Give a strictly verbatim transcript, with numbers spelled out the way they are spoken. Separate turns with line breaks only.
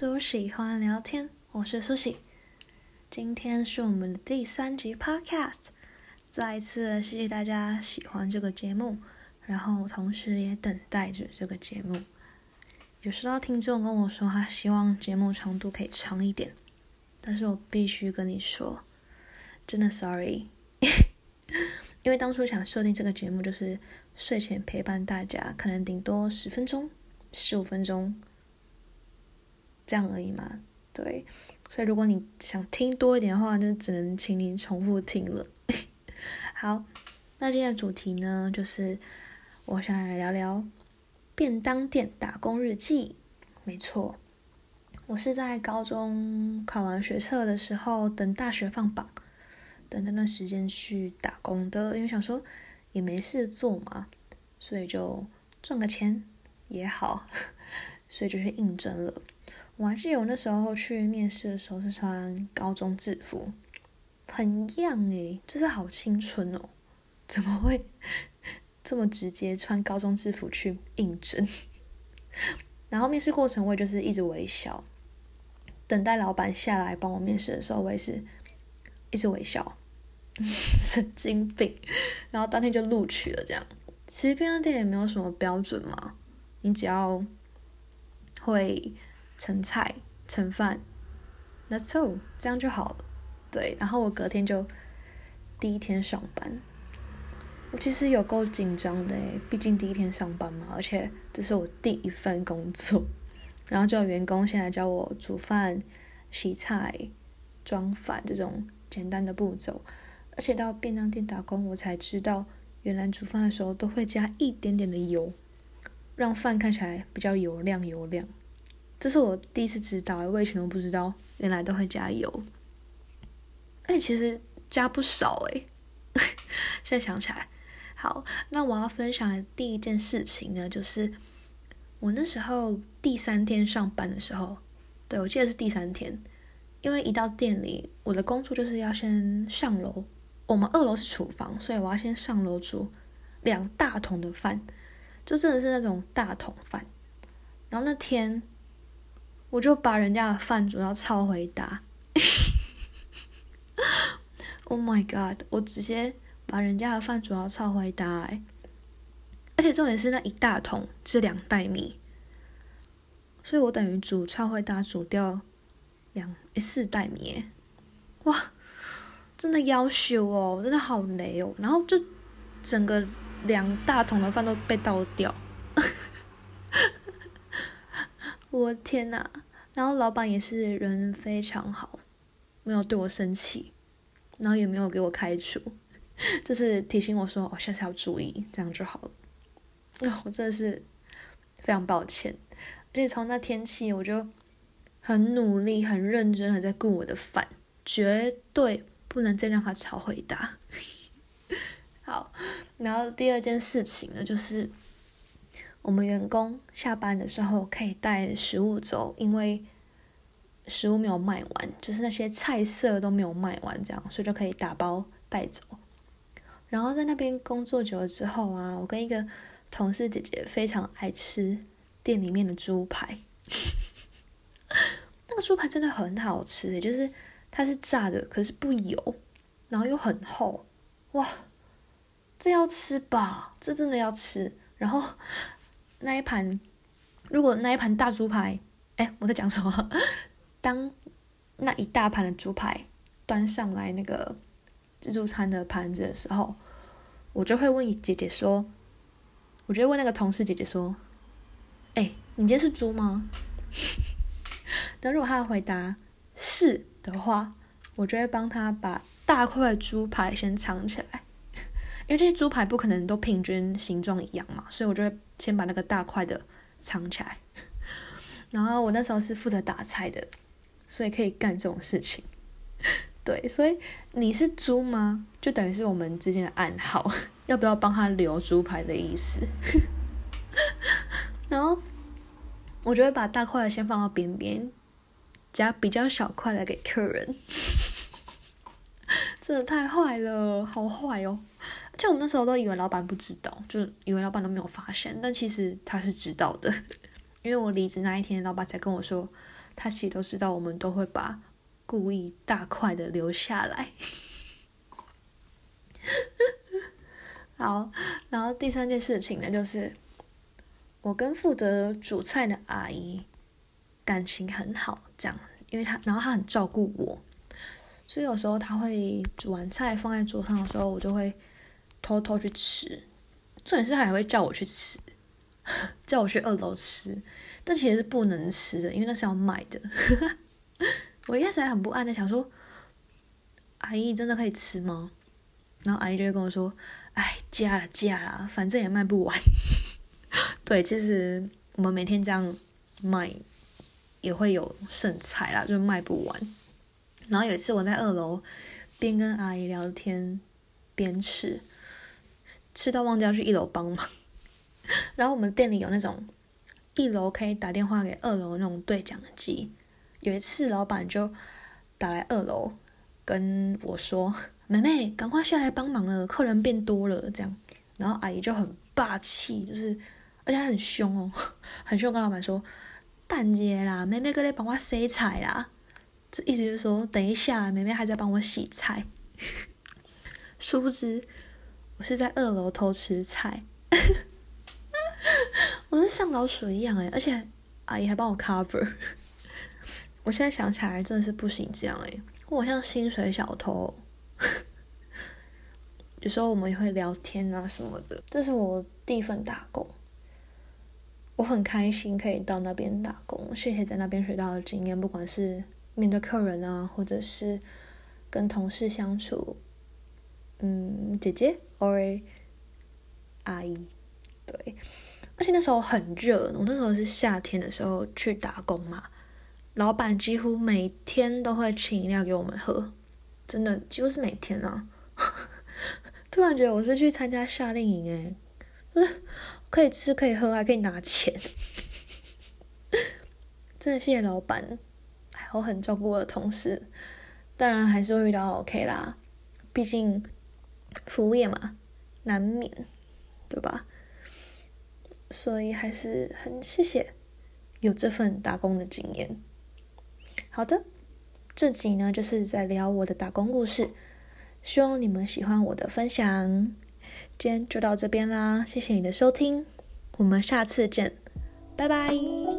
苏喜欢聊天，我是苏喜。今天是我们的第三集 podcast， 再一次谢谢大家喜欢这个节目，然后同时也等待着这个节目。有收到听众跟我说他希望节目长度可以长一点，但是我必须跟你说，真的 sorry， 因为当初想设定这个节目就是睡前陪伴大家，可能顶多十分钟、十五分钟这样而已嘛。对，所以如果你想听多一点的话，就只能请你重复听了。好，那今天的主题呢，就是我想来聊聊便当店打工日记。没错，我是在高中考完学测的时候，等大学放榜，等那段时间去打工的，因为想说也没事做嘛，所以就赚个钱也好，所以就去应征了。我还记得我那时候去面试的时候是穿高中制服，很样诶，就是好青春哦，怎么会这么直接穿高中制服去应征？然后面试过程我也就是一直微笑，等待老板下来帮我面试的时候，我也是一直微笑，神经病。然后当天就录取了，这样。其实便当店也没有什么标准嘛，你只要会盛菜、盛饭 ，That's all， 这样就好了。对，然后我隔天就第一天上班，我其实有够紧张的诶，毕竟第一天上班嘛，而且这是我第一份工作，然后就有员工先来教我煮饭、洗菜、装饭这种简单的步骤，而且到便当店打工，我才知道原来煮饭的时候都会加一点点的油，让饭看起来比较油亮油亮。这是我第一次知道，我以前都不知道原来都会加油，而且其实加不少诶。现在想起来。好，那我要分享的第一件事情呢，就是我那时候第三天上班的时候，对，我记得是第三天，因为一到店里，我的工作就是要先上楼，我们二楼是厨房，所以我要先上楼煮两大桶的饭，就真的是那种大桶饭。然后那天我就把人家的饭煮到超回答，Oh my god！ 我直接把人家的饭煮到超回答欸，而且重点是那一大桶是两袋米，所以我等于煮超回答煮掉两四袋米耶，哇，真的要求哦，真的好雷哦，然后就整个两大桶的饭都被倒掉，我天哪！然后老板也是人非常好，没有对我生气，然后也没有给我开除，就是提醒我说哦，下次要注意，这样就好了。哦，我真的是非常抱歉，而且从那天起我就很努力、很认真的在顾我的饭，绝对不能再让他炒回答。好，然后第二件事情呢，就是我们员工下班的时候可以带食物走，因为食物没有卖完，就是那些菜色都没有卖完，这样，所以就可以打包带走。然后在那边工作久了之后啊，我跟一个同事姐姐非常爱吃店里面的猪排，那个猪排真的很好吃，就是它是炸的，可是不油，然后又很厚，哇，这要吃吧，这真的要吃。然后那一盘，如果那一盘大猪排，哎，我在讲什么？当那一大盘的猪排端上来那个自助餐的盘子的时候，我就会问姐姐说，我就会问那个同事姐姐说，哎、欸，你今天是猪吗？然后如果她的回答是的话，我就会帮她把大块的猪排先藏起来，因为这些猪排不可能都平均形状一样嘛，所以我就会先把那个大块的藏起来。然后我那时候是负责打菜的，所以可以干这种事情。对，所以你是猪吗？就等于是我们之间的暗号，要不要帮他留猪排的意思。然后我就会把大块的先放到边边，夹比较小块的给客人。真的太坏了，好坏哦！而且我们那时候都以为老板不知道，就以为老板都没有发现，但其实他是知道的。因为我离职那一天，老板才跟我说， 他其实都知道我们都会把故意大块的留下来。好，然后第三件事情呢，就是我跟负责煮菜的阿姨感情很好，这样，因为她，然后她很照顾我，所以有时候她会煮完菜放在桌上的时候，我就会偷偷去吃。重点是她还会叫我去吃，叫我去二楼吃，但其实是不能吃的，因为那是要买的。我一开始还很不安的想说，阿姨真的可以吃吗？然后阿姨就会跟我说，哎，加啦加啦，反正也卖不完。对，其实我们每天这样卖也会有剩菜啦，就是卖不完。然后有一次我在二楼边跟阿姨聊天边吃，吃到忘记要去一楼帮忙。然后我们店里有那种一楼可以打电话给二楼那种对讲机，有一次老板就打来二楼跟我说，妹妹赶快下来帮忙了，客人变多了这样。然后阿姨就很霸气，就是而且很凶哦，很凶跟老板说，等一下啦，妹妹过来帮我洗菜啦，这意思就是说等一下妹妹还在帮我洗菜。殊不知我是在二楼偷吃菜。我是像老鼠一样诶，而且阿姨还帮我 cover。 我现在想起来真的是不行这样诶，我像薪水小偷。有时候我们也会聊天啊什么的。这是我第一份打工，我很开心可以到那边打工，谢谢在那边学到的经验，不管是面对客人啊，或者是跟同事相处，嗯，姐姐 or 阿姨，对。而且那时候很热，我那时候是夏天的时候去打工嘛，老板几乎每天都会请饮料给我们喝，真的几乎是每天啊。突然觉得我是去参加夏令营诶，就是可以吃可以喝还可以拿钱。真的谢谢老板，还有很照顾我的同事。当然还是会遇到 OK 啦，毕竟服务业嘛，难免，对吧？所以还是很谢谢有这份打工的经验。好的，这集呢就是在聊我的打工故事，希望你们喜欢我的分享。今天就到这边啦，谢谢你的收听，我们下次见，拜拜。